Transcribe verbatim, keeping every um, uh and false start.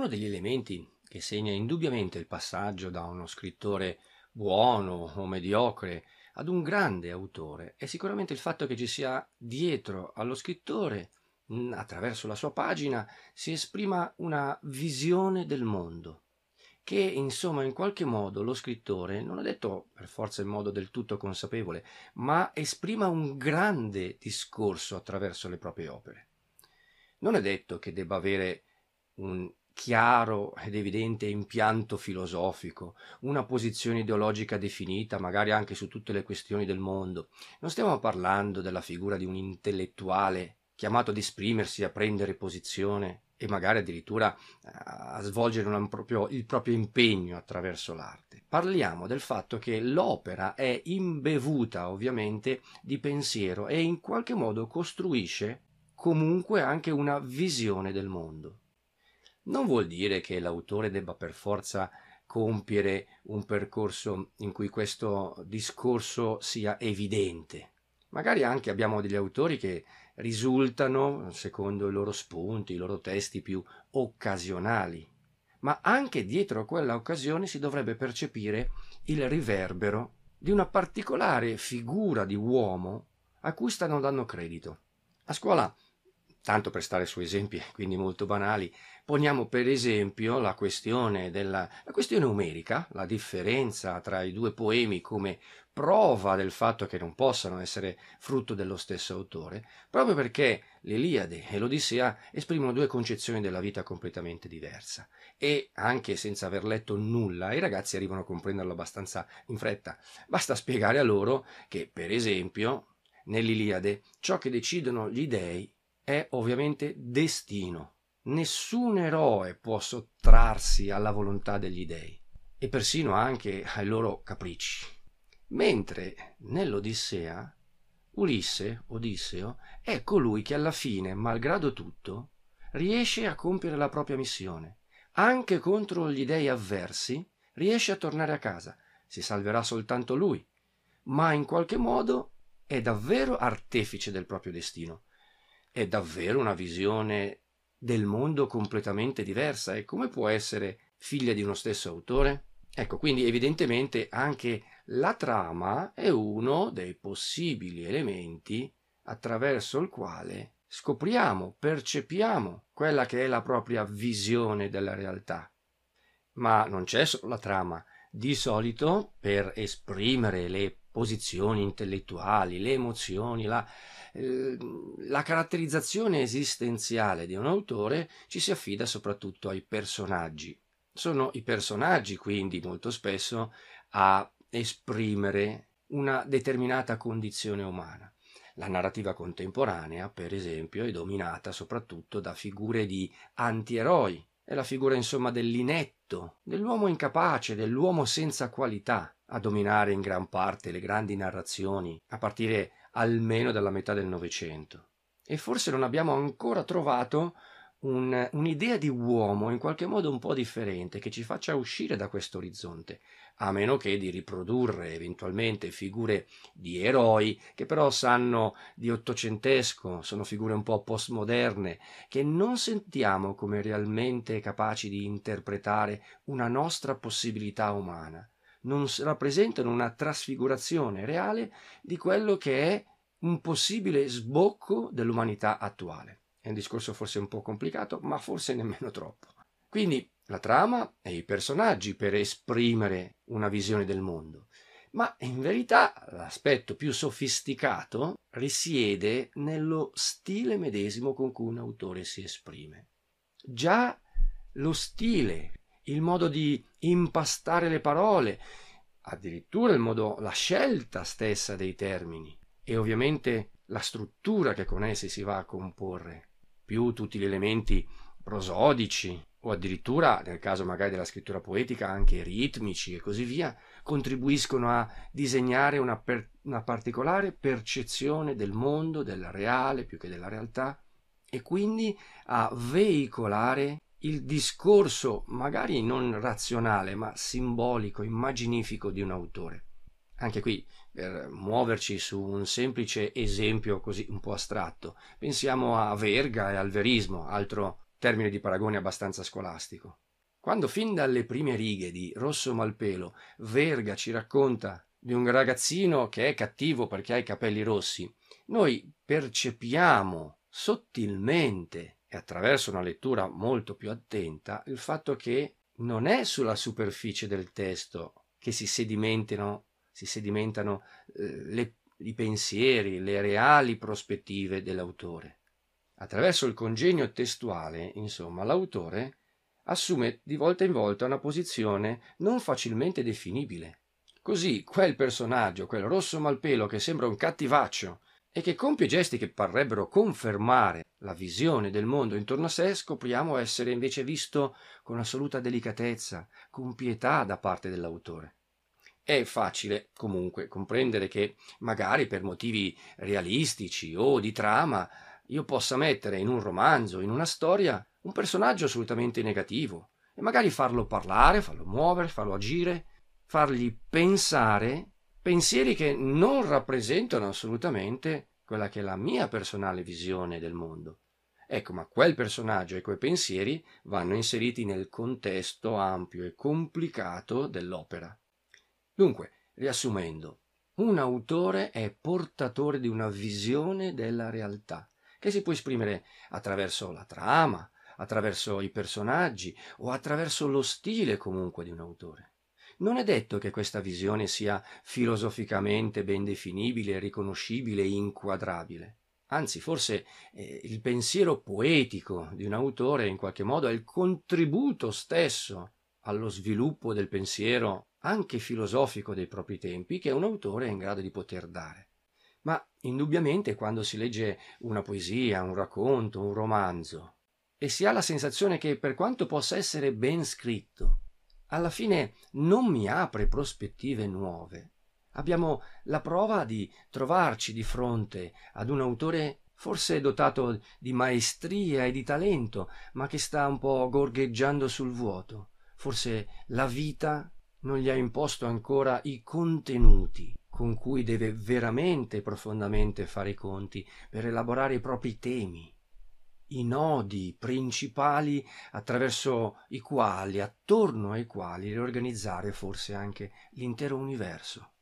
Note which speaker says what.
Speaker 1: Uno degli elementi che segna indubbiamente il passaggio da uno scrittore buono o mediocre ad un grande autore è sicuramente il fatto che ci sia dietro allo scrittore, mh, attraverso la sua pagina, si esprima una visione del mondo, che insomma in qualche modo lo scrittore, non è detto per forza in modo del tutto consapevole, ma esprima un grande discorso attraverso le proprie opere. Non è detto che debba avere un chiaro ed evidente impianto filosofico, una posizione ideologica definita, magari anche su tutte le questioni del mondo. Non stiamo parlando della figura di un intellettuale chiamato ad esprimersi, a prendere posizione e magari addirittura a svolgere un proprio, il proprio impegno attraverso l'arte. Parliamo del fatto che l'opera è imbevuta ovviamente di pensiero e in qualche modo costruisce comunque anche una visione del mondo. Non vuol dire che l'autore debba per forza compiere un percorso in cui questo discorso sia evidente. Magari anche abbiamo degli autori che risultano, secondo i loro spunti, i loro testi più occasionali, ma anche dietro a quella occasione si dovrebbe percepire il riverbero di una particolare figura di uomo a cui stanno dando credito. A scuola, tanto per stare su esempi quindi molto banali, poniamo per esempio la questione della la questione omerica, la differenza tra i due poemi come prova del fatto che non possano essere frutto dello stesso autore, proprio perché l'Iliade e l'Odissea esprimono due concezioni della vita completamente diversa e anche senza aver letto nulla i ragazzi arrivano a comprenderlo abbastanza in fretta. Basta spiegare a loro che, per esempio, nell'Iliade ciò che decidono gli dei è ovviamente destino. Nessun eroe può sottrarsi alla volontà degli dei e persino anche ai loro capricci. Mentre nell'Odissea Ulisse, Odisseo, è colui che alla fine, malgrado tutto, riesce a compiere la propria missione. Anche contro gli dei avversi riesce a tornare a casa. Si salverà soltanto lui, ma in qualche modo è davvero artefice del proprio destino. È davvero una visione del mondo completamente diversa e come può essere figlia di uno stesso autore? Ecco, quindi evidentemente anche la trama è uno dei possibili elementi attraverso il quale scopriamo, percepiamo quella che è la propria visione della realtà. Ma non c'è solo la trama. Di solito, per esprimere le posizioni intellettuali, le emozioni, la, eh, la caratterizzazione esistenziale di un autore, ci si affida soprattutto ai personaggi. Sono i personaggi, quindi, molto spesso a esprimere una determinata condizione umana. La narrativa contemporanea, per esempio, è dominata soprattutto da figure di antieroi. È la figura, insomma, dell'inetto, dell'uomo incapace, dell'uomo senza qualità, a dominare in gran parte le grandi narrazioni, a partire almeno dalla metà del Novecento. E forse non abbiamo ancora trovato un, un'idea di uomo in qualche modo un po' differente che ci faccia uscire da questo orizzonte, a meno che di riprodurre eventualmente figure di eroi che però sanno di ottocentesco, sono figure un po' postmoderne, che non sentiamo come realmente capaci di interpretare una nostra possibilità umana, non rappresentano una trasfigurazione reale di quello che è un possibile sbocco dell'umanità attuale. È un discorso forse un po' complicato, ma forse nemmeno troppo. Quindi la trama e i personaggi per esprimere una visione del mondo. Ma in verità l'aspetto più sofisticato risiede nello stile medesimo con cui un autore si esprime. Già lo stile, il modo di impastare le parole, addirittura il modo, la scelta stessa dei termini e ovviamente la struttura che con essi si va a comporre, più tutti gli elementi prosodici o addirittura, nel caso magari della scrittura poetica, anche ritmici e così via, contribuiscono a disegnare una, per, una particolare percezione del mondo, del reale più che della realtà, e quindi a veicolare il discorso magari non razionale ma simbolico, immaginifico di un autore. Anche qui, per muoverci su un semplice esempio così un po' astratto, pensiamo a Verga e al verismo, altro termine di paragone abbastanza scolastico. Quando fin dalle prime righe di Rosso Malpelo Verga ci racconta di un ragazzino che è cattivo perché ha i capelli rossi, noi percepiamo sottilmente e attraverso una lettura molto più attenta il fatto che non è sulla superficie del testo che si sedimentano, si sedimentano eh, le, i pensieri, le reali prospettive dell'autore. Attraverso il congegno testuale, insomma, l'autore assume di volta in volta una posizione non facilmente definibile. Così quel personaggio, quel Rosso Malpelo che sembra un cattivaccio e che compie gesti che parrebbero confermare la visione del mondo intorno a sé, scopriamo essere invece visto con assoluta delicatezza, con pietà da parte dell'autore. È facile comunque comprendere che magari per motivi realistici o di trama io possa mettere in un romanzo, in una storia, un personaggio assolutamente negativo e magari farlo parlare, farlo muovere, farlo agire, fargli pensare pensieri che non rappresentano assolutamente quella che è la mia personale visione del mondo. Ecco, ma quel personaggio e quei pensieri vanno inseriti nel contesto ampio e complicato dell'opera. Dunque, riassumendo, un autore è portatore di una visione della realtà, che si può esprimere attraverso la trama, attraverso i personaggi o attraverso lo stile comunque di un autore. Non è detto che questa visione sia filosoficamente ben definibile, riconoscibile e inquadrabile. Anzi, forse eh, il pensiero poetico di un autore in qualche modo è il contributo stesso allo sviluppo del pensiero anche filosofico dei propri tempi che un autore è in grado di poter dare. Ma indubbiamente quando si legge una poesia, un racconto, un romanzo e si ha la sensazione che per quanto possa essere ben scritto, alla fine non mi apre prospettive nuove. Abbiamo la prova di trovarci di fronte ad un autore forse dotato di maestria e di talento, ma che sta un po' gorgheggiando sul vuoto. Forse la vita non gli ha imposto ancora i contenuti con cui deve veramente e profondamente fare i conti per elaborare i propri temi, i nodi principali attraverso i quali, attorno ai quali riorganizzare forse anche l'intero universo.